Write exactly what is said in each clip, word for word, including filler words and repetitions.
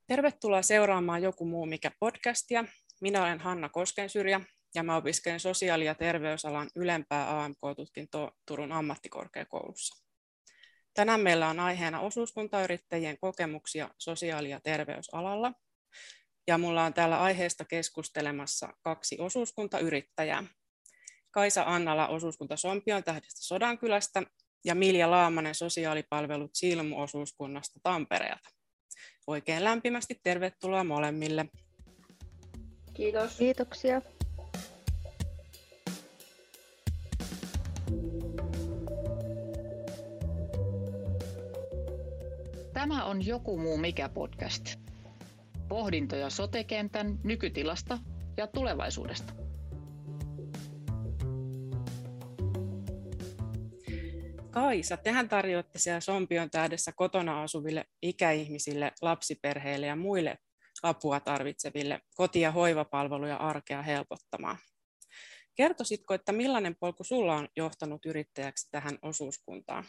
Tervetuloa seuraamaan Joku muu mikä podcastia. Minä olen Hanna Koskensyrjä ja mä opiskelen sosiaali- ja terveysalan ylempää A M K-tutkintoa Turun ammattikorkeakoulussa. Tänään meillä on aiheena osuuskuntayrittäjien kokemuksia sosiaali- ja terveysalalla. Ja mulla on täällä aiheesta keskustelemassa kaksi osuuskuntayrittäjää. Kaisa Annala osuuskunta Sompiontähdestä Sodankylästä ja Milja Laamanen sosiaalipalvelut Silmu-osuuskunnasta Tampereelta. Oikein lämpimästi tervetuloa molemmille. Kiitos. Kiitoksia. Tämä on Joku muu mikä podcast. Pohdintoja sote-kentän nykytilasta ja tulevaisuudesta. Kaisa, tehän tarjoatte siellä Sompiontähdessä kotona asuville ikäihmisille, lapsiperheille ja muille apua tarvitseville koti- ja hoivapalveluja arkea helpottamaan. Kertoisitko, että millainen polku sulla on johtanut yrittäjäksi tähän osuuskuntaan?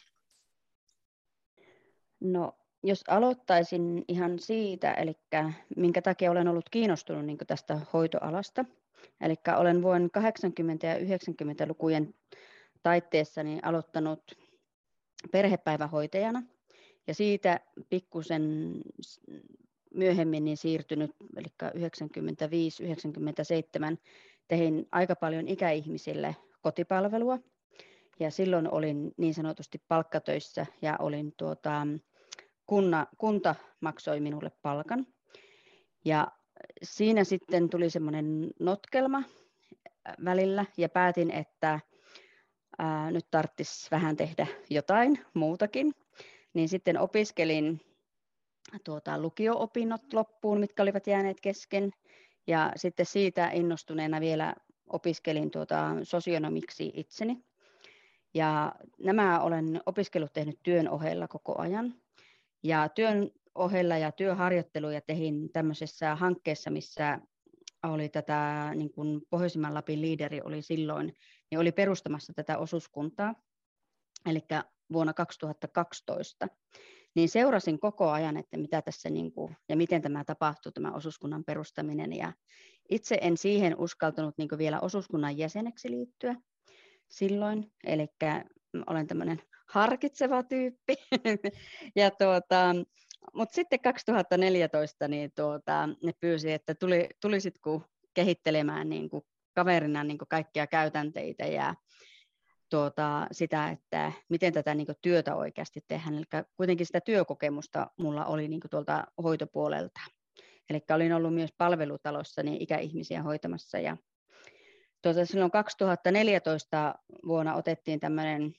No, jos aloittaisin ihan siitä, eli minkä takia olen ollut kiinnostunut niin tästä hoitoalasta. Eli olen vuonna kahdeksankymmentä- ja yhdeksänkymmentälukujen taitteessa niin aloittanut perhepäivähoitajana ja siitä pikkusen myöhemmin niin siirtynyt, eli yhdeksänkymmentäviisi yhdeksänkymmentäseitsemän tein aika paljon ikäihmisille kotipalvelua ja silloin olin niin sanotusti palkkatöissä ja olin tuota, kunna, kunta maksoi minulle palkan ja siinä sitten tuli semmoinen notkelma välillä ja päätin, että ää, nyt tarvitsisi vähän tehdä jotain muutakin, niin sitten opiskelin tuota, lukio-opinnot loppuun, mitkä olivat jääneet kesken ja sitten siitä innostuneena vielä opiskelin tuota, sosionomiksi itseni. Ja nämä olen opiskellut tehnyt työn ohella koko ajan. Ja työn ohella ja työharjoitteluja tein tämmöisessä hankkeessa, missä oli tätä, niin kuin Pohjoisimman Lapin liideri oli silloin, niin oli perustamassa tätä osuuskuntaa, eli vuonna kaksituhattakaksitoista. Niin seurasin koko ajan, että mitä tässä niin kuin, ja miten tämä tapahtui, tämä osuuskunnan perustaminen. Ja itse en siihen uskaltanut niin kuin vielä osuuskunnan jäseneksi liittyä silloin, eli olen tämmöinen harkitseva tyyppi. ja tuota, mutta sitten kaksituhattaneljätoista niin tuota, ne pyysi, että tuli, tulisitko kehittelemään niin kuin kaverina niin kuin kaikkia käytänteitä ja tuota, sitä, että miten tätä niin kuin työtä oikeasti tehdään. Eli kuitenkin sitä työkokemusta mulla oli niin kuin tuolta hoitopuolelta. Eli olin ollut myös palvelutalossa niin ikäihmisiä hoitamassa ja Tuota, silloin kaksituhattaneljätoista vuonna otettiin tämmöinen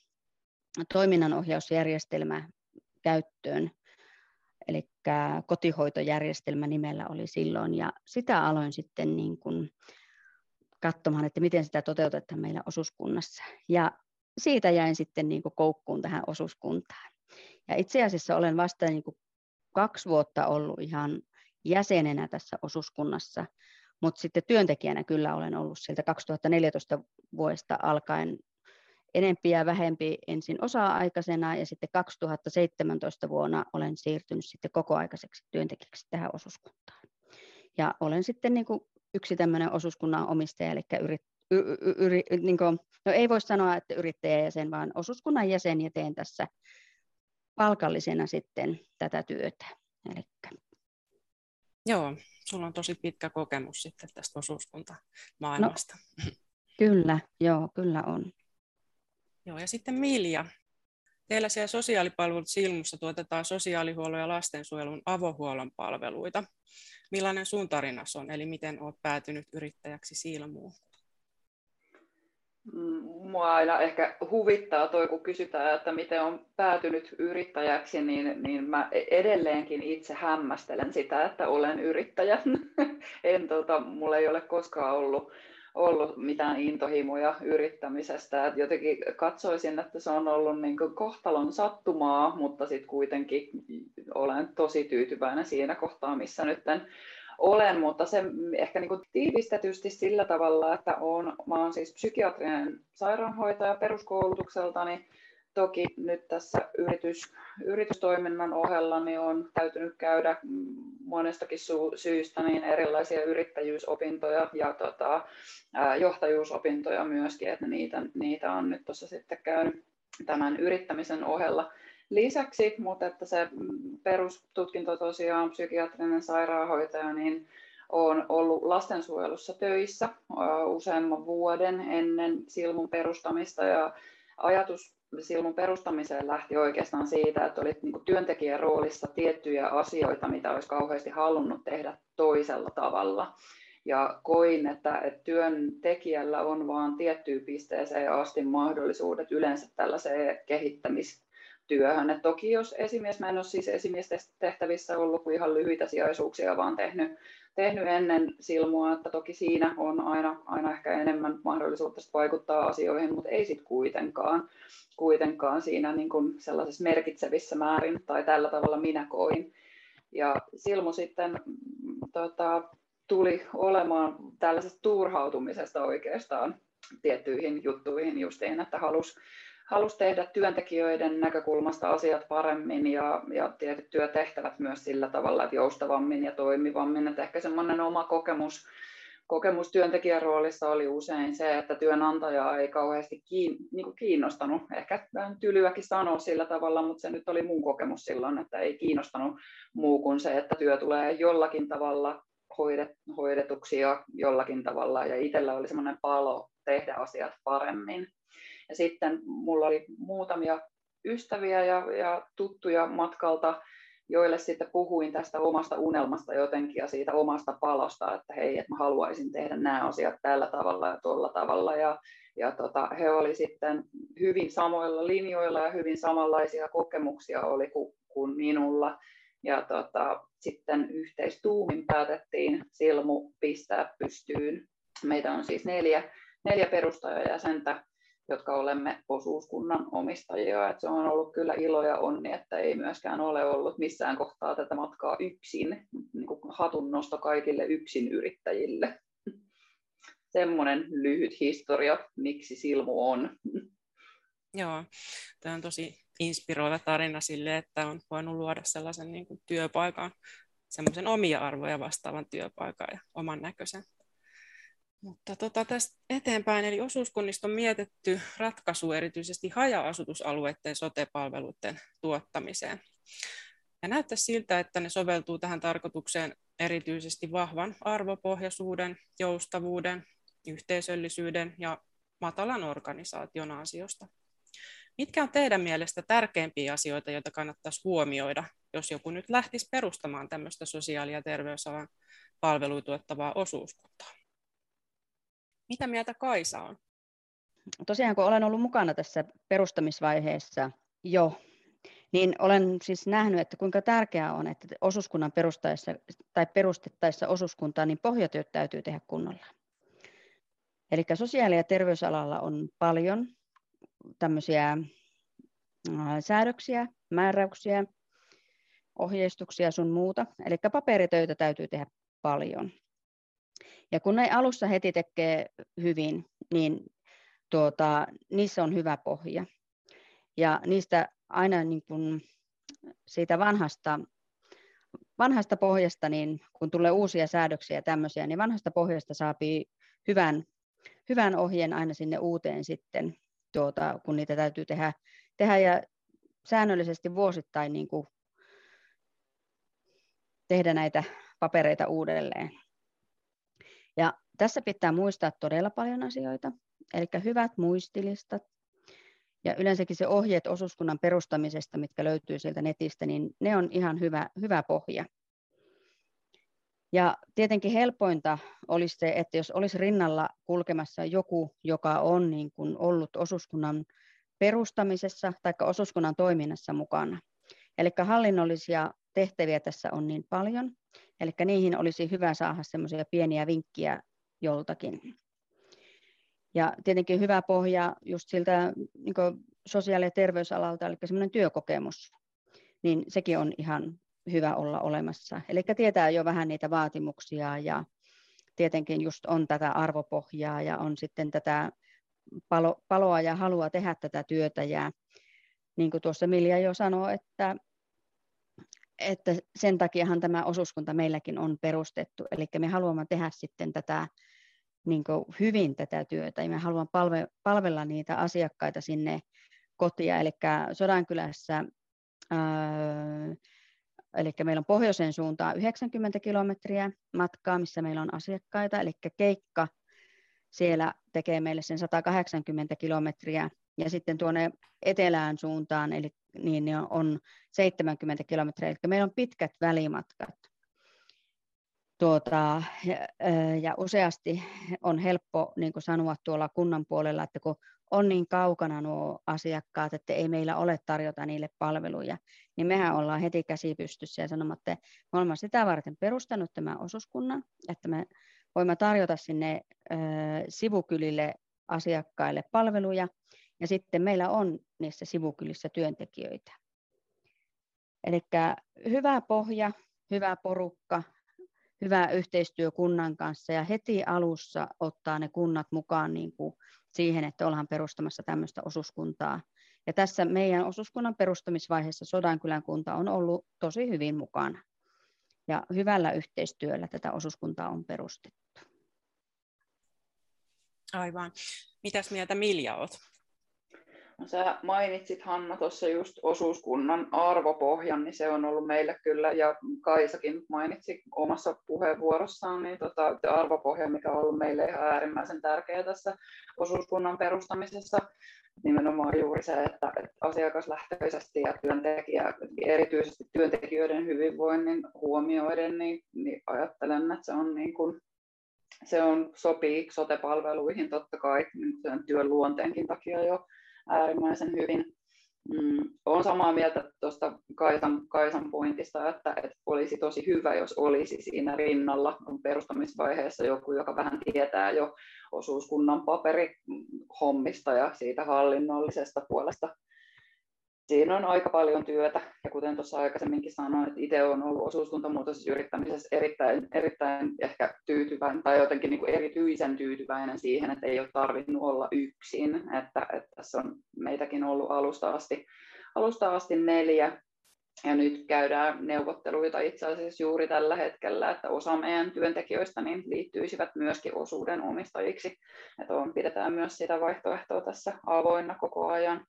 toiminnanohjausjärjestelmä käyttöön, eli kotihoitojärjestelmä nimellä oli silloin, ja sitä aloin sitten niin kuin katsomaan, että miten sitä toteutetaan meillä osuuskunnassa. Ja siitä jäin sitten niin kuin koukkuun tähän osuuskuntaan. Ja itse asiassa olen vasta niin kuin kaksi vuotta ollut ihan jäsenenä tässä osuuskunnassa, mutta sitten työntekijänä kyllä olen ollut sieltä kaksituhattaneljätoista vuodesta alkaen enempi ja vähempi ensin osa-aikaisena ja sitten kaksituhattaseitsemäntoista vuonna olen siirtynyt sitten kokoaikaiseksi työntekijäksi tähän osuuskuntaan. Ja olen sitten niin kuin yksi tämmöinen osuuskunnan omistaja, eli yrit, y, y, yri, niin kuin, no ei voi sanoa, että yrittäjäjäsen, vaan osuuskunnan jäsen ja teen tässä palkallisena sitten tätä työtä. Elikkä. Joo, sulla on tosi pitkä kokemus sitten tästä osuuskuntamaailmasta. No, kyllä, joo, kyllä on. Joo, ja sitten Milja. Teillä siellä sosiaalipalvelut Silmussa tuotetaan sosiaalihuollon ja lastensuojelun avohuollon palveluita. Millainen sun tarinasi on, eli miten olet päätynyt yrittäjäksi Silmuun? Mua aina ehkä huvittaa toi, kun kysytään, että miten on päätynyt yrittäjäksi, niin, niin mä edelleenkin itse hämmästelen sitä, että olen yrittäjä. en, tota, mulla ei ole koskaan ollut, ollut mitään intohimoja yrittämisestä. Et jotenkin katsoisin, että se on ollut niin kuin kohtalon sattumaa, mutta sitten kuitenkin olen tosi tyytyväinen siinä kohtaa, missä nyt olen, mutta se ehkä niin kuin tiivistetysti sillä tavalla, että olen, mä olen siis psykiatrinen sairaanhoitaja peruskoulutukseltani, toki nyt tässä yritys, yritystoiminnan ohella niin on täytynyt käydä monestakin su- syystä niin erilaisia yrittäjyysopintoja ja tota, ää, johtajuusopintoja myöskin, että niitä, niitä on nyt tuossa sitten käynyt tämän yrittämisen ohella lisäksi, mutta että se perustutkinto tosiaan psykiatrinen sairaanhoitaja, niin olen ollut lastensuojelussa töissä useamman vuoden ennen Silmun perustamista ja ajatus Silmun perustamiseen lähti oikeastaan siitä, että oli niin kuin työntekijän roolissa tiettyjä asioita, mitä olisi kauheasti halunnut tehdä toisella tavalla. Ja koin, että, että työntekijällä on vain tiettyyn pisteeseen asti mahdollisuudet yleensä tällaiseen kehittämistyöhön. Et toki jos esimies, mä en ole siis esimiestehtävissä ollut kuin ihan lyhyitä sijaisuuksia, vaan tehnyt, tehnyt ennen Silmua, että toki siinä on aina, aina ehkä enemmän mahdollisuutta vaikuttaa asioihin, mutta ei sitten kuitenkaan, kuitenkaan siinä niin kuin sellaisessa merkitsevissä määrin, tai tällä tavalla minä koin. Ja Silmu sitten tota, tuli olemaan tällaisesta turhautumisesta oikeastaan tiettyihin juttuihin justiin, että halusi halus tehdä työntekijöiden näkökulmasta asiat paremmin ja, ja tietyt työtehtävät myös sillä tavalla, että joustavammin ja toimivammin. Että ehkä semmoinen oma kokemus, kokemus työntekijän roolissa oli usein se, että työnantaja ei kauheasti kiin, niin kuin kiinnostanut, ehkä vähän tylyäkin sanoa sillä tavalla, mutta se nyt oli mun kokemus silloin, että ei kiinnostanut muu kuin se, että työ tulee jollakin tavalla hoidetuksi ja jollakin tavalla, ja itsellä oli semmoinen palo tehdä asiat paremmin. Ja sitten mulla oli muutamia ystäviä ja, ja tuttuja matkalta, joille sitten puhuin tästä omasta unelmasta jotenkin ja siitä omasta palosta, että hei, että mä haluaisin tehdä nämä asiat tällä tavalla ja tuolla tavalla. Ja, ja tota, he oli sitten hyvin samoilla linjoilla ja hyvin samanlaisia kokemuksia oli kuin, kuin minulla. Ja tota, sitten yhteistuumin päätettiin Silmu pistää pystyyn. Meitä on siis neljä, neljä perustajajäsentä, jotka olemme osuuskunnan omistajia. Et se on ollut kyllä ilo ja onni, että ei myöskään ole ollut missään kohtaa tätä matkaa yksin. Niin kuin hatunnosto kaikille yksinyrittäjille. Semmoinen lyhyt historia, miksi Silmu on. Joo, tämä on tosi inspiroiva tarina sille, että on voinut luoda sellaisen niin kuin työpaikan, semmoisen omia arvoja vastaavan työpaikan ja oman näköisen. Mutta tota, tästä eteenpäin, eli osuuskunnista on mietitty ratkaisu erityisesti haja-asutusalueiden sote-palveluiden tuottamiseen. Ja näyttää siltä, että ne soveltuu tähän tarkoitukseen erityisesti vahvan arvopohjaisuuden, joustavuuden, yhteisöllisyyden ja matalan organisaation ansiosta. Mitkä on teidän mielestä tärkeimpiä asioita, joita kannattaisi huomioida, jos joku nyt lähtisi perustamaan tämmöistä sosiaali- ja terveysalan palveluja tuottavaa osuuskuntaa? Mitä mieltä Kaisa on? Tosiaan kun olen ollut mukana tässä perustamisvaiheessa jo, niin olen siis nähnyt, että kuinka tärkeää on, että osuuskunnan perustaessa tai perustettaessa osuuskuntaa, niin pohjatyöt täytyy tehdä kunnolla. Eli sosiaali- ja terveysalalla on paljon tämmöisiä säädöksiä, määräyksiä, ohjeistuksia sun muuta. Eli paperitöitä täytyy tehdä paljon. Ja kun ne alussa heti tekee hyvin, niin tuota, niissä on hyvä pohja. Ja niistä aina niin kun siitä vanhasta, vanhasta pohjasta, niin kun tulee uusia säädöksiä ja tämmöisiä, niin vanhasta pohjasta saapii hyvän, hyvän ohjeen aina sinne uuteen sitten, tuota, kun niitä täytyy tehdä, tehdä ja säännöllisesti vuosittain niin kuin tehdä näitä papereita uudelleen. Ja tässä pitää muistaa todella paljon asioita, eli hyvät muistilistat ja yleensäkin se ohjeet osuuskunnan perustamisesta, mitkä löytyy sieltä netistä, niin ne on ihan hyvä, hyvä pohja. Ja tietenkin helpointa olisi se, että jos olisi rinnalla kulkemassa joku, joka on niin kuin ollut osuuskunnan perustamisessa tai osuuskunnan toiminnassa mukana. Eli hallinnollisia tehtäviä tässä on niin paljon, eli niihin olisi hyvä saada semmoisia pieniä vinkkiä joltakin. Ja tietenkin hyvä pohja just siltä niin kuin sosiaali- ja terveysalalta, eli semmoinen työkokemus, niin sekin on ihan hyvä olla olemassa. Eli tietää jo vähän niitä vaatimuksia ja tietenkin just on tätä arvopohjaa ja on sitten tätä palo, paloa ja halua tehdä tätä työtä ja niin kuin tuossa Milja jo sanoi, että, että sen takiahan tämä osuuskunta meilläkin on perustettu. Eli me haluamme tehdä sitten tätä niin kuin hyvin tätä työtä, ja me haluamme palve, palvella niitä asiakkaita sinne kotia. Eli Sodankylässä, ää, eli meillä on pohjoisen suuntaan yhdeksänkymmentä kilometriä matkaa, missä meillä on asiakkaita, eli Keikka siellä tekee meille sen sata kahdeksankymmentä kilometriä, ja sitten tuonne etelään suuntaan, eli niin on seitsemänkymmentä kilometriä, eli meillä on pitkät välimatkat. Tuota, ja, ja useasti on helppo niin kuin sanoa tuolla kunnan puolella, että kun on niin kaukana nuo asiakkaat, että ei meillä ole tarjota niille palveluja, niin mehän ollaan heti käsi pystyssä ja sanomme, että me olemme sitä varten perustanut tämän osuuskunnan, että me voimme tarjota sinne ö, sivukylille asiakkaille palveluja, ja sitten meillä on niissä sivukylissä työntekijöitä. Eli hyvä pohja, hyvä porukka, hyvä yhteistyö kunnan kanssa, ja heti alussa ottaa ne kunnat mukaan niin kuin siihen, että ollaan perustamassa tämmöistä osuuskuntaa. Ja tässä meidän osuuskunnan perustamisvaiheessa Sodankylän kunta on ollut tosi hyvin mukana. Ja hyvällä yhteistyöllä tätä osuuskuntaa on perustettu. Aivan. Mitäs mieltä Milja olet? No, sä mainitsit, Hanna, tuossa just osuuskunnan arvopohjan, niin se on ollut meille kyllä, ja Kaisakin mainitsi omassa puheenvuorossaan, niin tota, arvopohja, mikä on ollut meille ihan äärimmäisen tärkeä tässä osuuskunnan perustamisessa, nimenomaan juuri se, että, että asiakaslähtöisesti ja työntekijä, erityisesti työntekijöiden hyvinvoinnin huomioiden, niin, niin ajattelen, että se on niin kuin, se on, sopii sote-palveluihin totta kai niin työn luonteenkin takia jo äärimmäisen hyvin. Mm, olen samaa mieltä tuosta Kaisan, Kaisan pointista, että, että olisi tosi hyvä, jos olisi siinä rinnalla perustamisvaiheessa joku, joka vähän tietää jo osuuskunnan paperihommista ja siitä hallinnollisesta puolesta. Siinä on aika paljon työtä, ja kuten tuossa aikaisemminkin sanoin, että itse olen ollut osuuskuntamuutoksessa yrittämisessä erittäin, erittäin ehkä tyytyväinen, tai jotenkin niin kuin erityisen tyytyväinen siihen, että ei ole tarvinnut olla yksin, että, että tässä on meitäkin ollut alusta asti, alusta asti neljä, ja nyt käydään neuvotteluita itse asiassa juuri tällä hetkellä, että osa meidän työntekijöistä niin liittyisivät myöskin osuuden omistajiksi, että on, pidetään myös sitä vaihtoehtoa tässä avoinna koko ajan.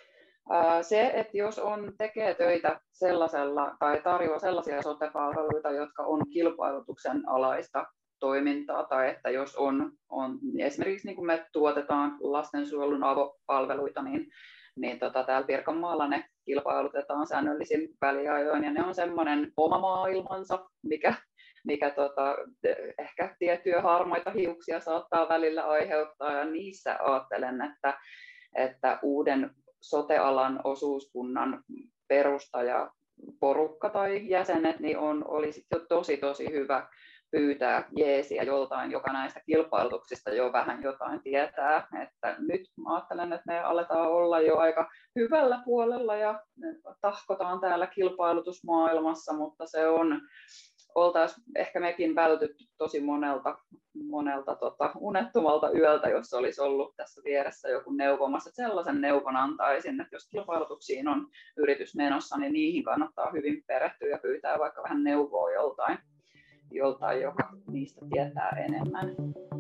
Se, että jos on, tekee töitä sellaisella tai tarjoaa sellaisia sote-palveluita, jotka on kilpailutuksen alaista toimintaa, tai että jos on, on esimerkiksi niin kuin me tuotetaan lastensuojelun avopalveluita, niin, niin tota, täällä Pirkanmaalla ne kilpailutetaan säännöllisin väliajoin, ja ne on semmoinen oma maailmansa, mikä, mikä tota, ehkä tiettyjä harmaita hiuksia saattaa välillä aiheuttaa, ja niissä ajattelen, että, että uuden sote-alan osuuskunnan perustaja porukka tai jäsenet, niin on, olisi jo tosi tosi hyvä pyytää jeesiä joltain, joka näistä kilpailutuksista jo vähän jotain tietää. Että nyt mä ajattelen, että me aletaan olla jo aika hyvällä puolella ja tahkotaan täällä kilpailutusmaailmassa, mutta se on, oltaisiin ehkä mekin vältytty tosi monelta, monelta tota, unettomalta yöltä, jos olisi ollut tässä vieressä joku neuvomassa. Että sellaisen neuvon antaisin, että jos kilpailutuksiin on yritys menossa, niin niihin kannattaa hyvin perehtyä ja pyytää vaikka vähän neuvoa joltain, joltain joka niistä tietää enemmän.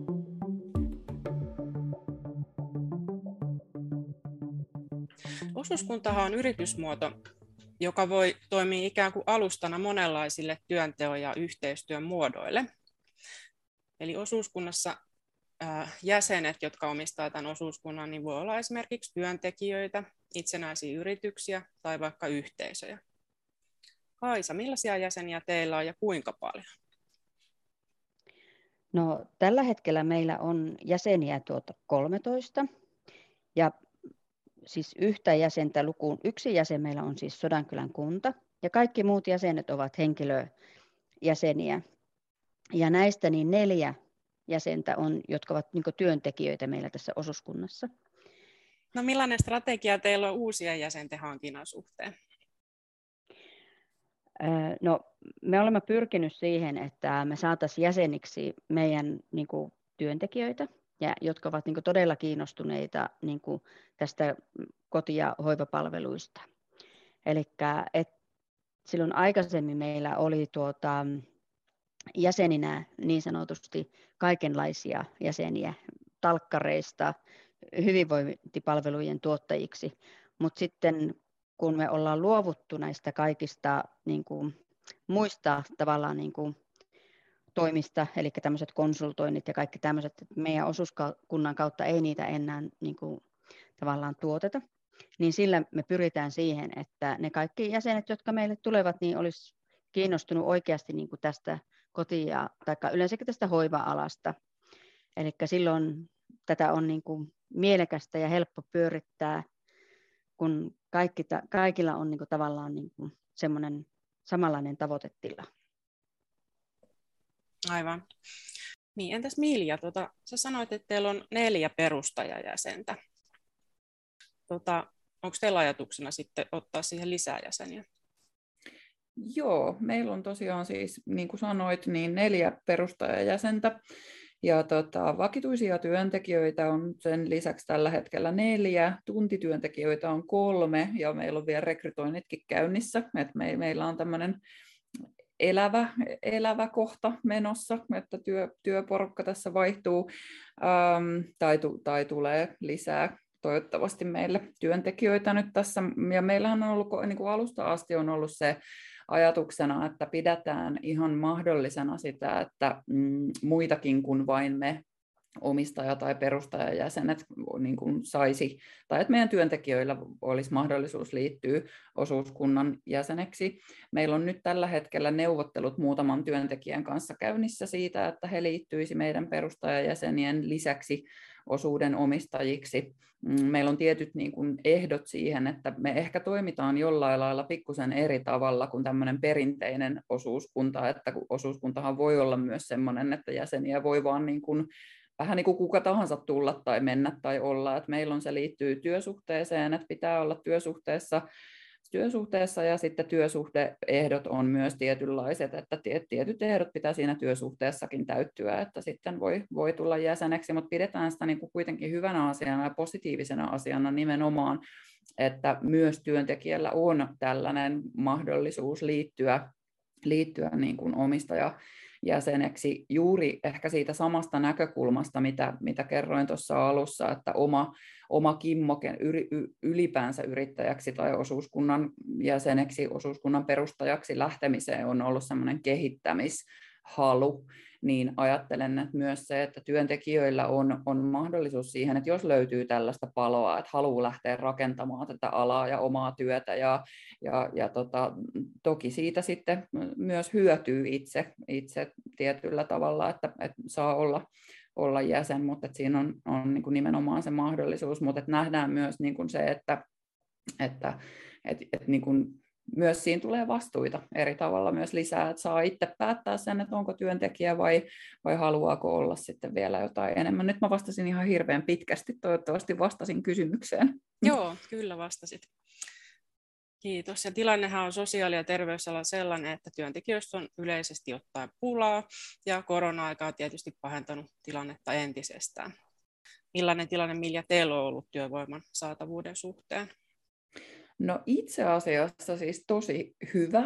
Osuuskuntahan on yritysmuoto, joka voi toimia ikään kuin alustana monenlaisille työnteon ja yhteistyön muodoille. Eli osuuskunnassa jäsenet, jotka omistavat tämän osuuskunnan, niin voi olla esimerkiksi työntekijöitä, itsenäisiä yrityksiä tai vaikka yhteisöjä. Kaisa, millaisia jäseniä teillä on ja kuinka paljon? No, tällä hetkellä meillä on jäseniä tuota kolmetoista, ja siis yhtä jäsentä lukuun yksi jäsen meillä on siis Sodankylän kunta, ja kaikki muut jäsenet ovat henkilöjäseniä. Ja näistä niin neljä jäsentä on, jotka ovat niin kuin työntekijöitä meillä tässä osuuskunnassa. No, millainen strategia teillä on uusien jäsenten hankinnan suhteen? No, me olemme pyrkineet siihen, että me saataisiin jäseniksi meidän niin kuin työntekijöitä, ja jotka ovat niin kuin todella kiinnostuneita niin kuin tästä koti- ja hoivapalveluista. Eli silloin aikaisemmin meillä oli tuota, jäseninä niin sanotusti kaikenlaisia jäseniä, talkkareista hyvinvointipalvelujen tuottajiksi, mutta sitten kun me ollaan luovuttu näistä kaikista niin kuin, muista tavallaan niin kuin, toimista, eli tämmöiset konsultoinnit ja kaikki tämmöiset, että meidän osuuskunnan kautta ei niitä enää niin kuin, tavallaan tuoteta, niin sillä me pyritään siihen, että ne kaikki jäsenet, jotka meille tulevat, niin olisi kiinnostunut oikeasti niin kuin tästä koti- ja tai yleensäkin tästä hoiva-alasta. Eli silloin tätä on niin kuin mielekästä ja helppo pyörittää, kun kaikki, kaikilla on niin kuin tavallaan niin kuin semmoinen samanlainen tavoitetila. Aivan. Niin, entäs Milja, tuota, sä sanoit, että teillä on neljä perustajajäsentä. Tota, onko teillä ajatuksena sitten ottaa siihen lisää jäseniä? Joo, meillä on tosiaan siis, niin kuin sanoit, niin neljä perustajajäsentä. Ja tota, vakituisia työntekijöitä on sen lisäksi tällä hetkellä neljä, tuntityöntekijöitä on kolme ja meillä on vielä rekrytoinnitkin käynnissä. Et me, meillä on tämmöinen elävä, elävä kohta menossa, että työ, työporukka tässä vaihtuu ähm, tai, tai tulee lisää toivottavasti meille työntekijöitä nyt tässä. Ja meillähän on ollut niin kuin alusta asti on ollut se ajatuksena, että pidetään ihan mahdollisena sitä, että mm, muitakin kuin vain me omistaja- tai perustajajäsenet niin kuin saisi, tai että meidän työntekijöillä olisi mahdollisuus liittyä osuuskunnan jäseneksi. Meillä on nyt tällä hetkellä neuvottelut muutaman työntekijän kanssa käynnissä siitä, että he liittyisi meidän perustajajäsenien lisäksi osuuden omistajiksi. Meillä on tietyt niin kuin ehdot siihen, että me ehkä toimitaan jollain lailla pikkusen eri tavalla kuin tämmöinen perinteinen osuuskunta, että osuuskuntahan voi olla myös semmoinen, että jäseniä voi vaan niin kuin vähän niin kuin kuka tahansa tulla tai mennä tai olla, että meillä on se liittyy työsuhteeseen, että pitää olla työsuhteessa, työsuhteessa ja sitten työsuhteehdot on myös tietynlaiset, että tietyt ehdot pitää siinä työsuhteessakin täyttyä, että sitten voi, voi tulla jäseneksi, mutta pidetään sitä niin kuin kuitenkin hyvänä asiana ja positiivisena asiana nimenomaan, että myös työntekijällä on tällainen mahdollisuus liittyä, liittyä niin kuin omistaja jäseneksi juuri ehkä siitä samasta näkökulmasta, mitä, mitä kerroin tuossa alussa, että oma, oma kimmoke ylipäänsä yrittäjäksi tai osuuskunnan jäseneksi, osuuskunnan perustajaksi lähtemiseen on ollut semmoinen kehittämishalu, niin ajattelen, että myös se, että työntekijöillä on, on mahdollisuus siihen, että jos löytyy tällaista paloa, että haluaa lähteä rakentamaan tätä alaa ja omaa työtä, ja, ja, ja tota, toki siitä sitten myös hyötyy itse, itse tietyllä tavalla, että, että saa olla, olla jäsen, mutta että siinä on, on niin kuin nimenomaan se mahdollisuus, mutta että nähdään myös niin kuin se, että, että, että, että niin kuin myös siinä tulee vastuita eri tavalla myös lisää, että saa itse päättää sen, että onko työntekijä vai, vai haluaako olla sitten vielä jotain enemmän. Nyt mä vastasin ihan hirveän pitkästi, toivottavasti vastasin kysymykseen. Joo, kyllä vastasit. Kiitos. Ja tilannehan on sosiaali- ja terveysalalla sellainen, että työntekijöistä on yleisesti ottaen pulaa, ja korona-aika on tietysti pahentanut tilannetta entisestään. Millainen tilanne, Milja, teillä on ollut työvoiman saatavuuden suhteen? No itse asiassa siis tosi hyvä.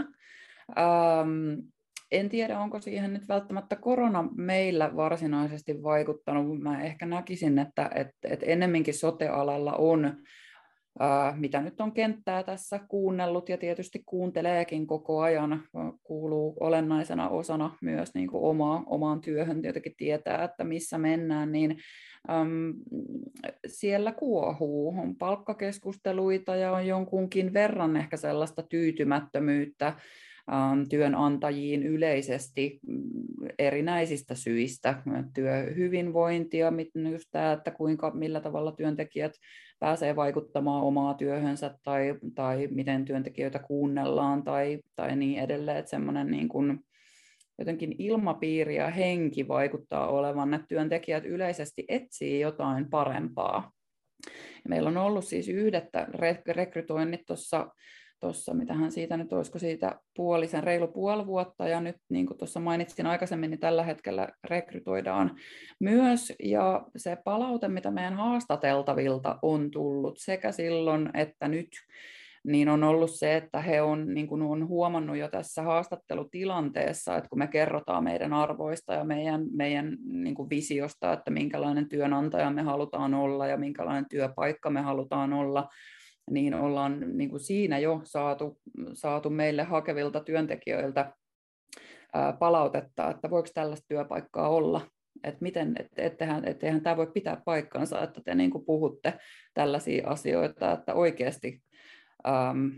Ähm, en tiedä, onko siihen nyt välttämättä korona meillä varsinaisesti vaikuttanut. Mä ehkä näkisin, että et, et ennemminkin sote-alalla on, äh, mitä nyt on kenttää tässä kuunnellut ja tietysti kuunteleekin koko ajan, kuuluu olennaisena osana myös niin kuin omaa, omaan työhön, jotenkin tietää, että missä mennään, niin Um, siellä kuohuu, on palkkakeskusteluita ja on jonkunkin verran ehkä sellaista tyytymättömyyttä um, työnantajiin yleisesti erinäisistä syistä, työhyvinvointia, just tämä, että kuinka, millä tavalla työntekijät pääsee vaikuttamaan omaa työhönsä tai, tai miten työntekijöitä kuunnellaan tai, tai niin edelleen, että semmoinen niin kuin jotenkin ilmapiiri ja henki vaikuttaa olevan, että työntekijät yleisesti etsii jotain parempaa. Meillä on ollut siis yhdettä rekrytoinnit tuossa tuossa, mitähän siitä nyt, olisiko siitä puolisen, reilu puoli vuotta, ja nyt niin kuin tuossa mainitsin aikaisemmin, niin tällä hetkellä rekrytoidaan myös, ja se palaute, mitä meidän haastateltavilta on tullut sekä silloin että nyt, niin on ollut se, että he on, niin kuin on huomannut jo tässä haastattelutilanteessa, että kun me kerrotaan meidän arvoista ja meidän, meidän niin kuin visiosta, että minkälainen työnantaja me halutaan olla ja minkälainen työpaikka me halutaan olla, niin ollaan niin kuin siinä jo saatu, saatu meille hakevilta työntekijöiltä ää, palautetta, että voiko tällaista työpaikkaa olla. Että miten, et, ettehän, etteihän tämä voi pitää paikkansa, että te niin kuin puhutte tällaisia asioita, että oikeasti Ähm,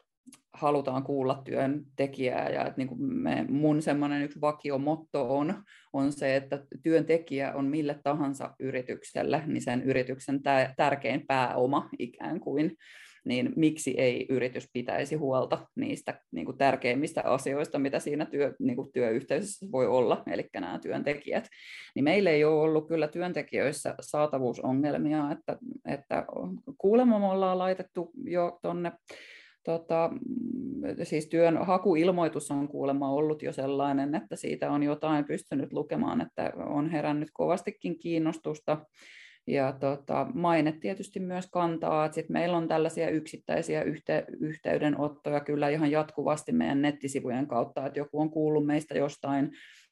halutaan kuulla työntekijää, ja että niin kuin me, mun semmoinen yksi vakiomotto on, on se, että työntekijä on mille tahansa yritykselle, niin sen yrityksen tä- tärkein pääoma ikään kuin, niin miksi ei yritys pitäisi huolta niistä niin kuin tärkeimmistä asioista, mitä siinä työ, niin kuin työyhteisössä voi olla, eli nämä työntekijät. Niin meillä ei ole ollut kyllä työntekijöissä saatavuusongelmia, että, että kuulemma me ollaan laitettu jo tuonne, tota, siis työn hakuilmoitus on kuulemma ollut jo sellainen, että siitä on jotain pystynyt lukemaan, että on herännyt kovastikin kiinnostusta. Ja tota, maine tietysti myös kantaa, että sit meillä on tällaisia yksittäisiä yhte, yhteydenottoja kyllä ihan jatkuvasti meidän nettisivujen kautta, että joku on kuullut meistä jostain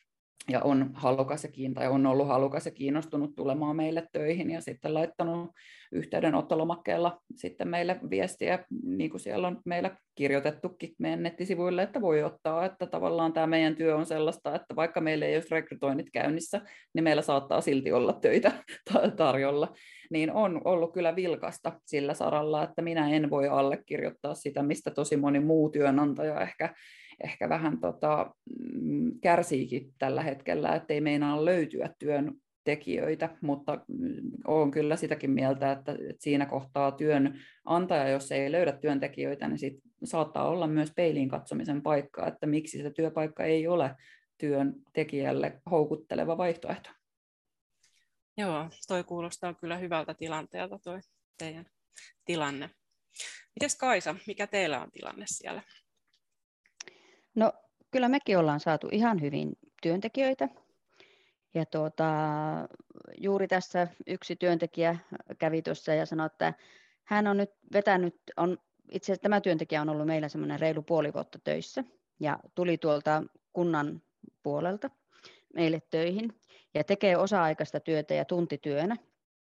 ja on halukas ja kiin, tai on ollut halukas ja kiinnostunut tulemaan meille töihin ja sitten laittanut yhteydenottolomakkeella sitten meille viestiä, niin kuin siellä on meillä kirjoitettukin meidän nettisivuille, että voi ottaa, että tavallaan tämä meidän työ on sellaista, että vaikka meillä ei ole rekrytoinnit käynnissä, niin meillä saattaa silti olla töitä tarjolla. Niin on ollut kyllä vilkasta sillä saralla, että minä en voi allekirjoittaa sitä, mistä tosi moni muu työnantaja ehkä ehkä vähän tota, kärsiikin tällä hetkellä, ettei meinaa löytyä työntekijöitä, mutta olen kyllä sitäkin mieltä, että siinä kohtaa työnantaja, jos ei löydä työntekijöitä, niin sit saattaa olla myös peiliin katsomisen paikka, että miksi se työpaikka ei ole työntekijälle houkutteleva vaihtoehto. Joo, toi kuulostaa kyllä hyvältä tilanteelta toi teidän tilanne. Mites Kaisa, mikä teillä on tilanne siellä? No kyllä mekin ollaan saatu ihan hyvin työntekijöitä. Ja tuota, juuri tässä yksi työntekijä kävi tuossa ja sanoi, että hän on nyt vetänyt, on, itse asiassa tämä työntekijä on ollut meillä semmoinen reilu puoli vuotta töissä ja tuli tuolta kunnan puolelta meille töihin ja tekee osa-aikaista työtä ja tuntityönä,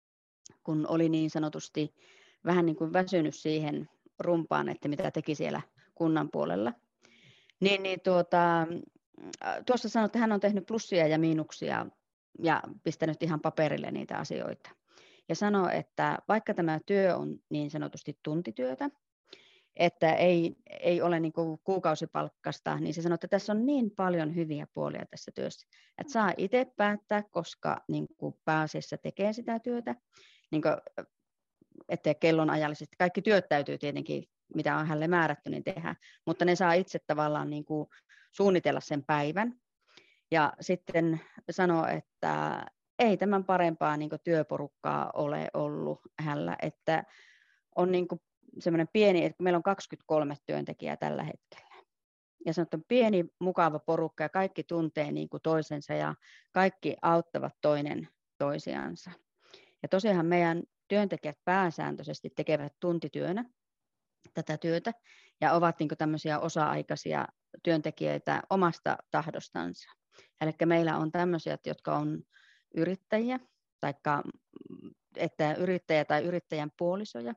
kun oli niin sanotusti vähän niin kuin väsynyt siihen rumpaan, että mitä teki siellä kunnan puolella. Niin, niin tuota, tuossa sanoi, että hän on tehnyt plussia ja miinuksia ja pistänyt ihan paperille niitä asioita. Ja sanoi, että vaikka tämä työ on niin sanotusti tuntityötä, että ei, ei ole niin kuin kuukausipalkkasta, niin se sanoi, että tässä on niin paljon hyviä puolia tässä työssä, että saa itse päättää, koska niin kuin pääasiassa tekee sitä työtä, niin kuin, ettei kellonajallisesti. Kaikki työt täytyy tietenkin, mitä on hänelle määrätty, niin tehdä, mutta ne saa itse tavallaan niin kuin suunnitella sen päivän. Ja sitten sanoo, että ei tämän parempaa niin kuin työporukkaa ole ollut hänellä, että on niin kuin semmoinen pieni, että meillä on kaksikymmentäkolme työntekijää tällä hetkellä. Ja se on pieni, mukava porukka ja kaikki tuntee niin kuin toisensa ja kaikki auttavat toinen toisiansa. Ja tosiaan meidän työntekijät pääsääntöisesti tekevät tuntityönä tätä työtä ja ovat niin kuin tämmöisiä osa-aikaisia työntekijöitä omasta tahdostansa. Eli meillä on tämmöisiä, jotka on yrittäjiä, taikka, että yrittäjä tai yrittäjän puolisoja.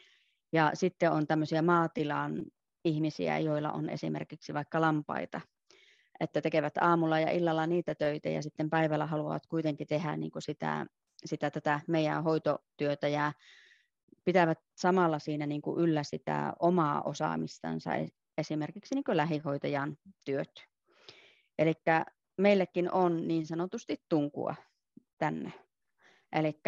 Ja sitten on tämmöisiä maatilan ihmisiä, joilla on esimerkiksi vaikka lampaita, että tekevät aamulla ja illalla niitä töitä ja sitten päivällä haluavat kuitenkin tehdä niin kuin sitä, sitä tätä meidän hoitotyötä ja pitävät samalla siinä niin kuin yllä sitä omaa osaamistansa, esimerkiksi niin kuin lähihoitajan työt. Eli meillekin on niin sanotusti tunkua tänne. Eli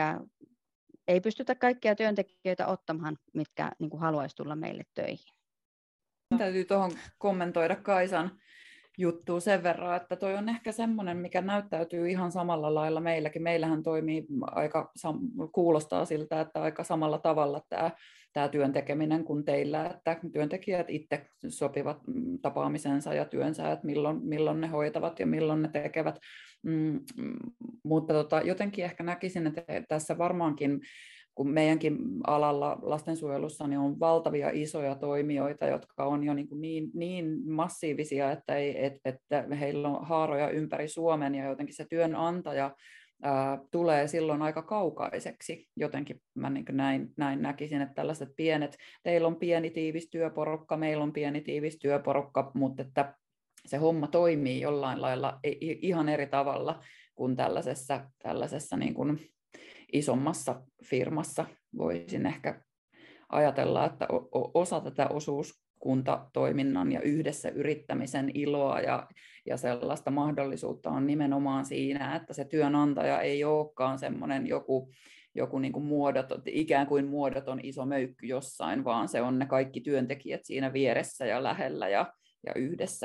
ei pystytä kaikkia työntekijöitä ottamaan, mitkä niin kuin haluaisi tulla meille töihin. Täytyy tuohon kommentoida Kaisan juttua sen verran, että toi on ehkä semmoinen, mikä näyttäytyy ihan samalla lailla meilläkin. Meillähän toimii aika, kuulostaa siltä, että aika samalla tavalla tämä, tämä työn tekeminen kuin teillä, että työntekijät itse sopivat tapaamisensa ja työnsä, että milloin, milloin ne hoitavat ja milloin ne tekevät. Mm, mutta tota, jotenkin ehkä näkisin, että tässä varmaankin, kun meidänkin alalla lastensuojelussa niin on valtavia isoja toimijoita, jotka on jo niin, niin, niin massiivisia, että, ei, et, että heillä on haaroja ympäri Suomen ja jotenkin se työnantaja ää, tulee silloin aika kaukaiseksi. Jotenkin mä niin näin, näin näkisin, että tällaiset pienet, teillä on pieni tiivis työporukka, meillä on pieni tiivis työporukka, mutta että se homma toimii jollain lailla ihan eri tavalla kuin tällaisessa, tällaisessa niin kuin isommassa firmassa. Voisin ehkä ajatella, että osa tätä osuuskuntatoiminnan ja yhdessä yrittämisen iloa ja, ja sellaista mahdollisuutta on nimenomaan siinä, että se työnantaja ei olekaan semmoinen joku, joku niin kuin muodoton, ikään kuin muodoton iso möykky jossain, vaan se on ne kaikki työntekijät siinä vieressä ja lähellä ja, ja yhdessä.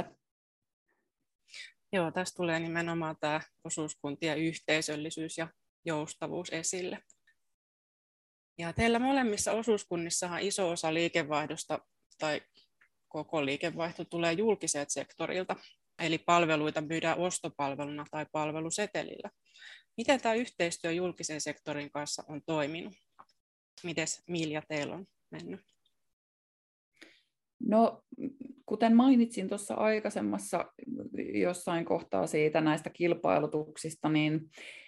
Joo, tässä tulee nimenomaan tämä osuuskuntien yhteisöllisyys ja joustavuus esille. Ja teillä molemmissa osuuskunnissahan iso osa liikevaihdosta tai koko liikevaihto tulee julkiselta sektorilta, eli palveluita myydään ostopalveluna tai palvelusetelillä. Miten tämä yhteistyö julkisen sektorin kanssa on toiminut? Mites Milja teillä on mennyt? No, kuten mainitsin tuossa aikaisemmassa jossain kohtaa siitä näistä kilpailutuksista, niin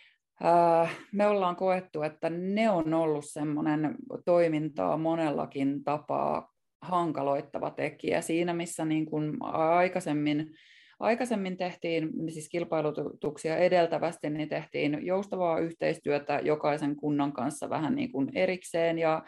me ollaan koettu, että ne on ollut semmoinen toimintaa monellakin tapaa hankaloittava tekijä. Siinä, missä niin kuin aikaisemmin, aikaisemmin tehtiin siis kilpailutuksia edeltävästi, niin tehtiin joustavaa yhteistyötä jokaisen kunnan kanssa vähän niin kuin erikseen ja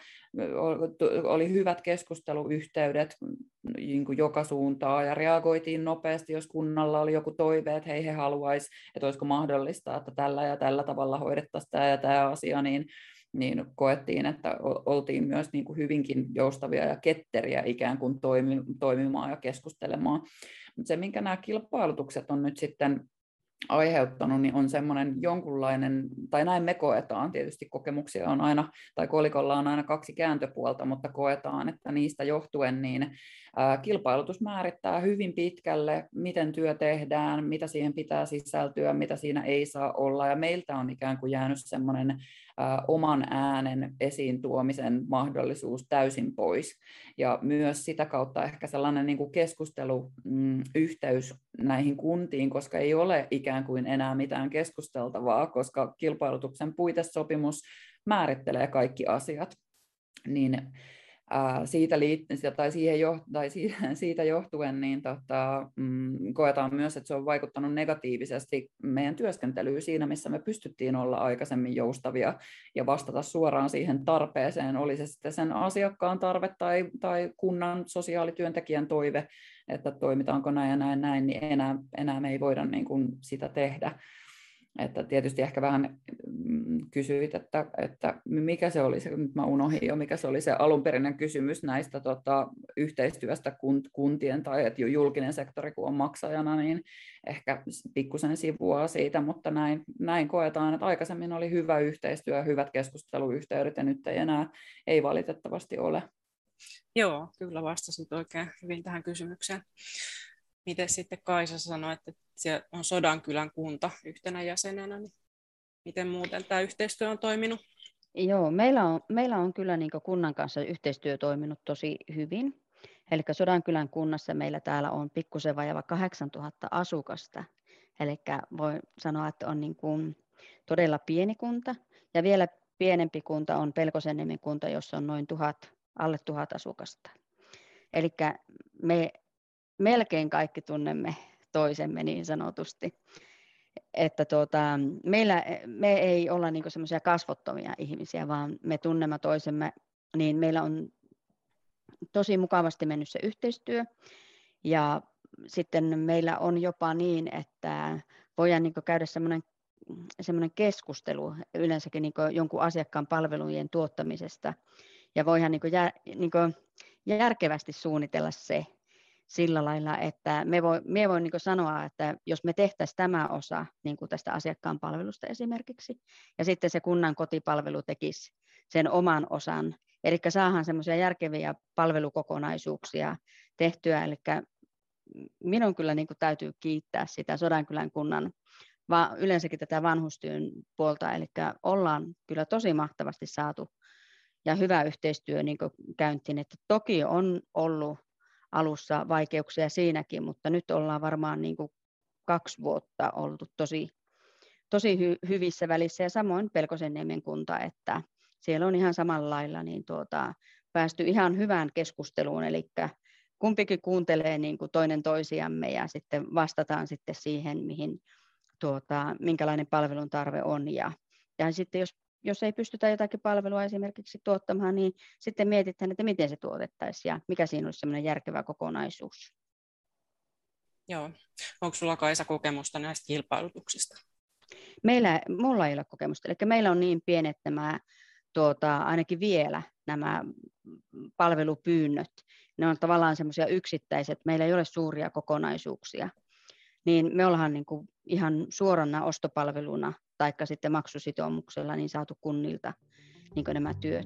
oli hyvät keskusteluyhteydet niin kuin joka suuntaan ja reagoitiin nopeasti, jos kunnalla oli joku toive, että hei he haluaisi, että olisiko mahdollista, että tällä ja tällä tavalla hoidettaisiin tämä ja tämä asia, niin niin koettiin, että oltiin myös niin kuin hyvinkin joustavia ja ketteriä ikään kuin toimimaan ja keskustelemaan. Mutta se, minkä nämä kilpailutukset on nyt sitten aiheuttanut, niin on semmoinen jonkunlainen, tai näin me koetaan, tietysti kokemuksia on aina, tai kolikolla on aina kaksi kääntöpuolta, mutta koetaan, että niistä johtuen niin ää, kilpailutus määrittää hyvin pitkälle, miten työ tehdään, mitä siihen pitää sisältyä, mitä siinä ei saa olla, ja meiltä on ikään kuin jäänyt semmoinen ää, oman äänen esiin tuomisen mahdollisuus täysin pois, ja myös sitä kautta ehkä sellainen niin kuin keskusteluyhteys näihin kuntiin, koska ei ole ikään kuin enää mitään keskusteltavaa, koska kilpailutuksen puitesopimus määrittelee kaikki asiat, niin ää, siitä, liitt- tai siihen jo- tai siitä johtuen niin tota, mm, koetaan myös, että se on vaikuttanut negatiivisesti meidän työskentelyyn siinä, missä me pystyttiin olla aikaisemmin joustavia ja vastata suoraan siihen tarpeeseen, oli se sitten sen asiakkaan tarve tai, tai kunnan sosiaalityöntekijän toive, että toimitaanko näin ja näin, näin niin enää, enää me ei voida niin kuin sitä tehdä. Että tietysti ehkä vähän kysyit, että, että mikä se oli se, nyt mä unohdin jo, mikä se oli se alunperäinen kysymys näistä tota, yhteistyöstä kuntien tai että julkinen sektori kun on maksajana, niin ehkä pikkusen sivuaa siitä, mutta näin, näin koetaan, että aikaisemmin oli hyvä yhteistyö, hyvät keskusteluyhteydet ja nyt ei enää ei valitettavasti ole. Joo, kyllä vastasit oikein hyvin tähän kysymykseen. Miten sitten Kaisa sanoi, että siellä on Sodankylän kunta yhtenä jäsenenä, niin miten muuten tämä yhteistyö on toiminut? Joo, meillä on, meillä on kyllä niin kuin kunnan kanssa yhteistyö toiminut tosi hyvin. Eli Sodankylän kunnassa meillä täällä on pikkusen vajava kahdeksantuhatta asukasta. Eli voi sanoa, että on niin kuin todella pieni kunta. Ja vielä pienempi kunta on Pelkosenniemen kunta, jossa on noin tuhat, alle tuhat asukasta. Eli me melkein kaikki tunnemme toisemme niin sanotusti. Että tuota, meillä, me ei olla niinku semmoisia kasvottomia ihmisiä, vaan me tunnemme toisemme, niin meillä on tosi mukavasti mennyt se yhteistyö. Ja sitten meillä on jopa niin, että voidaan niinku käydä semmoinen, semmoinen keskustelu yleensäkin niinku jonkun asiakkaan palvelujen tuottamisesta. Ja voidaan niinku jär, niinku järkevästi suunnitella se, sillä lailla, että me voi, me voi niin kuin sanoa, että jos me tehtäisiin tämä osa niin kuin tästä asiakkaan palvelusta esimerkiksi, ja sitten se kunnan kotipalvelu tekisi sen oman osan, eli saadaan semmoisia järkeviä palvelukokonaisuuksia tehtyä, eli minun kyllä niin kuin täytyy kiittää sitä Sodankylän kunnan, vaan yleensäkin tätä vanhustyön puolta, eli ollaan kyllä tosi mahtavasti saatu ja hyvä yhteistyö niin kuin käyntiin, että toki on ollut alussa vaikeuksia siinäkin, mutta nyt ollaan varmaan niin kuin kaksi vuotta oltu tosi, tosi hy, hyvissä välissä ja samoin Pelkosenniemen kunta, että siellä on ihan samalla lailla niin tuota, päästy ihan hyvään keskusteluun, eli kumpikin kuuntelee niin kuin toinen toisiamme ja sitten vastataan sitten siihen, mihin, tuota, minkälainen palvelun tarve on ja, ja sitten jos Jos ei pystytä jotakin palvelua esimerkiksi tuottamaan, niin sitten mietitään, että miten se tuotettaisiin ja mikä siinä olisi semmoinen järkevä kokonaisuus. Joo. Onko sulla, Kaisa, kokemusta näistä kilpailutuksista? Meillä, mulla ei ole kokemusta. Eli meillä on niin pienet nämä, tuota, ainakin vielä nämä palvelupyynnöt. Ne on tavallaan semmoisia yksittäiset. Meillä ei ole suuria kokonaisuuksia. Niin me ollaan niin kuin ihan suorana ostopalveluna tai sitten maksusitoumuksella niin saatu kunnilta niin kuin nämä työt.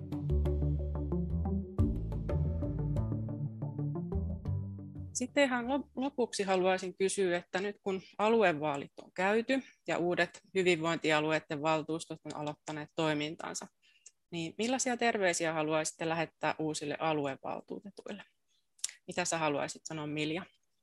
Sitten ihan lopuksi haluaisin kysyä, että nyt kun aluevaalit on käyty ja uudet hyvinvointialueiden valtuustot on aloittaneet toimintansa, niin millaisia terveisiä haluaisitte lähettää uusille aluevaltuutetuille? Mitä sä haluaisit sanoa, Milja?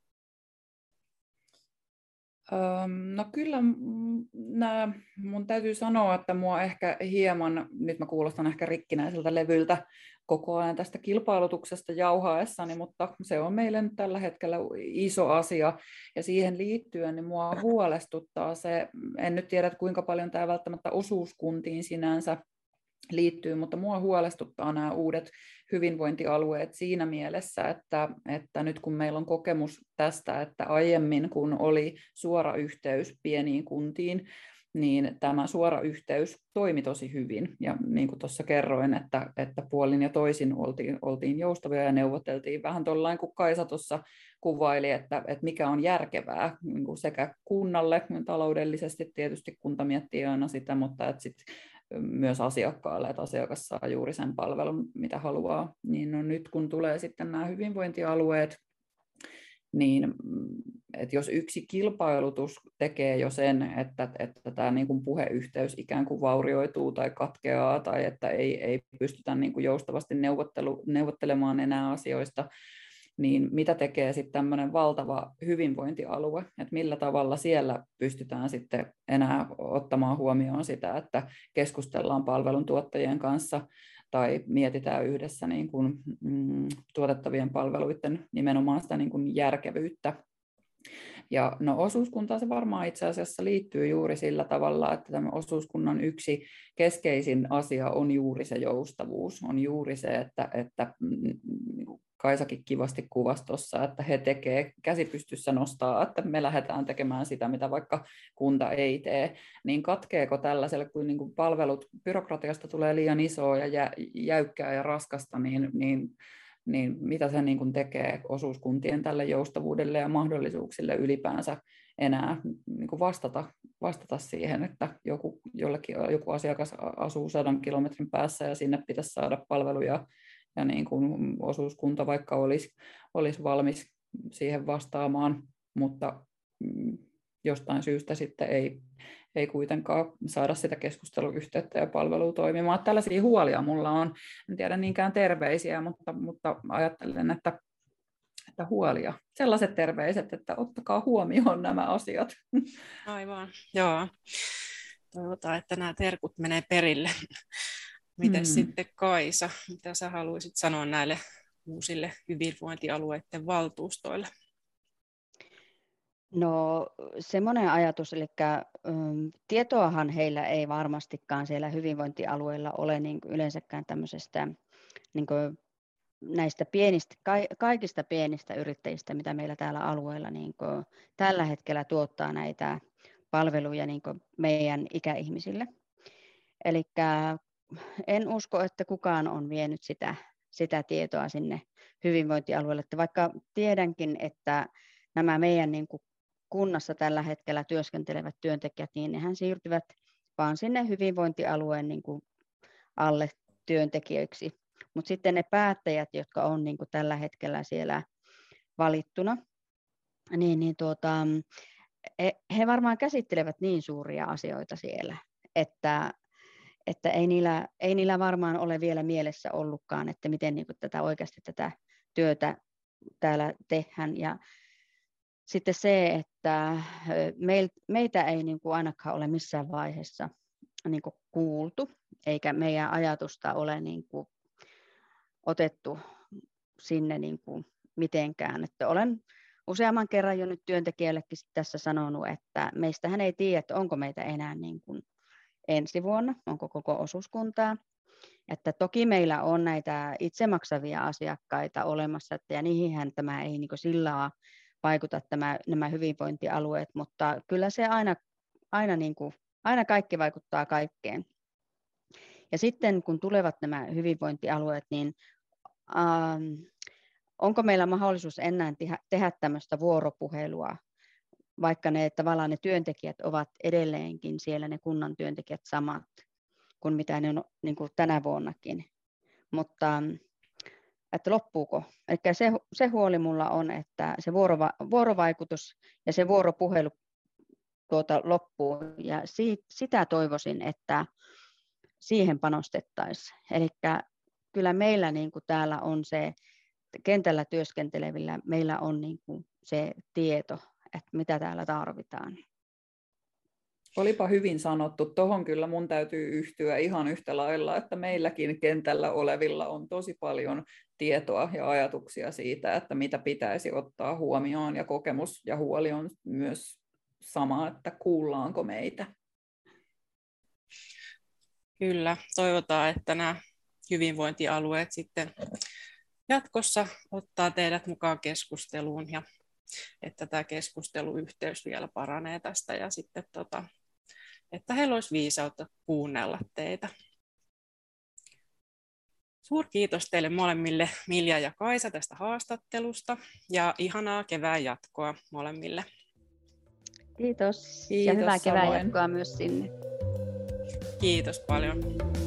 No kyllä nää, mun täytyy sanoa, että mua ehkä hieman, nyt mä kuulostan ehkä rikkinäiseltä levyltä koko ajan tästä kilpailutuksesta jauhaessani, mutta se on meille nyt tällä hetkellä iso asia ja siihen liittyen niin mua huolestuttaa se, en nyt tiedä kuinka paljon tämä välttämättä osuuskuntiin sinänsä liittyy, mutta mua huolestuttaa nämä uudet hyvinvointialueet siinä mielessä, että, että nyt kun meillä on kokemus tästä, että aiemmin kun oli suora yhteys pieniin kuntiin, niin tämä suora yhteys toimi tosi hyvin. Ja niin kuin tuossa kerroin, että, että puolin ja toisin oltiin, oltiin joustavia ja neuvoteltiin vähän tuollain kuin Kaisa tuossa kuvaili, että, että mikä on järkevää niin kuin sekä kunnalle, taloudellisesti tietysti kunta miettii aina sitä, mutta että sit myös asiakkaalle, että asiakas saa juuri sen palvelun, mitä haluaa. Niin no nyt kun tulee sitten nämä hyvinvointialueet, niin että jos yksi kilpailutus tekee jo sen, että, että tämä niin kuin puheyhteys ikään kuin vaurioituu tai katkeaa, tai että ei, ei pystytä niin kuin joustavasti neuvottelu, neuvottelemaan enää asioista, niin mitä tekee sitten tämmöinen valtava hyvinvointialue, että millä tavalla siellä pystytään sitten enää ottamaan huomioon sitä, että keskustellaan palveluntuottajien kanssa tai mietitään yhdessä niin kuin, mm, tuotettavien palveluiden nimenomaan sitä niin kuin järkevyyttä. Ja no osuuskuntaan se varmaan itse asiassa liittyy juuri sillä tavalla, että tämän osuuskunnan yksi keskeisin asia on juuri se joustavuus, on juuri se, että, että Kaisakin kivasti kuvasi tuossa, että he tekee käsipystyssä nostaa, että me lähdetään tekemään sitä, mitä vaikka kunta ei tee, niin katkeeko tällaiselle, kun niin kuin palvelut byrokratiasta tulee liian isoa ja jä, jäykkää ja raskasta, niin, niin, niin mitä se niin kuin tekee osuuskuntien tälle joustavuudelle ja mahdollisuuksille ylipäänsä enää niin kuin vastata, vastata siihen, että joku, jollekin, joku asiakas asuu sadan kilometrin päässä ja sinne pitäisi saada palveluja, ja niin kuin osuuskunta vaikka olisi, olisi valmis siihen vastaamaan, mutta jostain syystä sitten ei, ei kuitenkaan saada sitä keskusteluyhteyttä ja palvelua toimimaan. Tällaisia huolia mulla on, en tiedä niinkään terveisiä, mutta, mutta ajattelen, että, että huolia. Sellaiset terveiset, että ottakaa huomioon nämä asiat. Aivan, joo. Toivotaan, että nämä terkut menee perille. Miten hmm. sitten Kaisa, mitä sä haluaisit sanoa näille uusille hyvinvointialueiden valtuustoille? No semmoinen ajatus, eli um, tietoahan heillä ei varmastikaan siellä hyvinvointialueilla ole niin kuin yleensäkään tämmöisestä niin kuin näistä pienistä, kaikista pienistä yrittäjistä, mitä meillä täällä alueella niin kuin tällä hetkellä tuottaa näitä palveluja niin kuin meidän ikäihmisille. Eli en usko, että kukaan on vienyt sitä, sitä tietoa sinne hyvinvointialueelle. Että vaikka tiedänkin, että nämä meidän niin kuin kunnassa tällä hetkellä työskentelevät työntekijät, niin nehän siirtyvät vaan sinne hyvinvointialueen niin kuin alle työntekijöiksi. Mutta sitten ne päättäjät, jotka on niin kuin tällä hetkellä siellä valittuna, niin, niin tuota, he varmaan käsittelevät niin suuria asioita siellä, että, että ei, niillä, ei niillä varmaan ole vielä mielessä ollutkaan, että miten niin kuin tätä oikeasti tätä työtä täällä tehdään. Ja sitten se, että meitä ei niin kuin ainakaan ole missään vaiheessa niin kuin kuultu, eikä meidän ajatusta ole niin kuin otettu sinne niin kuin mitenkään. Että olen useamman kerran jo nyt työntekijällekin tässä sanonut, että meistähän ei tiedä, että onko meitä enää niin kuin ensi vuonna, onko koko osuuskuntaa. Että toki meillä on näitä itse maksavia asiakkaita olemassa, että ja niihinhän tämä ei niin kuin sillä lailla vaikuta tämä, nämä hyvinvointialueet, mutta kyllä se aina, aina, niin kuin, aina kaikki vaikuttaa kaikkeen. Ja sitten kun tulevat nämä hyvinvointialueet, niin ähm, onko meillä mahdollisuus enää tehdä, tehdä tämmöistä vuoropuhelua, vaikka ne tavallaan ne työntekijät ovat edelleenkin siellä, ne kunnan työntekijät samat kuin mitä ne on niin kuin tänä vuonnakin. Mutta että loppuuko? Eli se, se huoli mulla on, että se vuorova, vuorovaikutus ja se vuoropuhelu tuota loppuu. Ja siitä, sitä toivoisin, että siihen panostettaisiin. Eli kyllä meillä niin kuin täällä on se, kentällä työskentelevillä meillä on niin kuin se tieto, että mitä täällä tarvitaan. Olipa hyvin sanottu. Tuohon kyllä mun täytyy yhtyä ihan yhtä lailla, että meilläkin kentällä olevilla on tosi paljon tietoa ja ajatuksia siitä, että mitä pitäisi ottaa huomioon, ja kokemus ja huoli on myös sama, että kuullaanko meitä. Kyllä, toivotaan, että nämä hyvinvointialueet sitten jatkossa ottaa teidät mukaan keskusteluun ja että tämä keskusteluyhteys vielä paranee tästä ja sitten tota, että heillä olisi viisautta kuunnella teitä. Suurkiitos teille molemmille, Milja ja Kaisa, tästä haastattelusta ja ihanaa kevään jatkoa molemmille. Kiitos, Kiitos ja hyvää samoin. kevään jatkoa myös sinne. Kiitos paljon.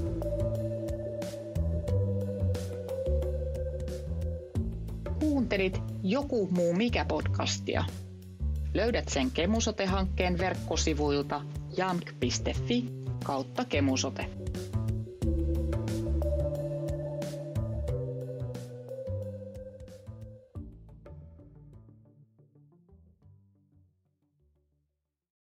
Kuuntelit Joku muu mikä podcastia. Löydät sen Kemusote-hankkeen verkkosivuilta jamk piste fi kautta kemusote.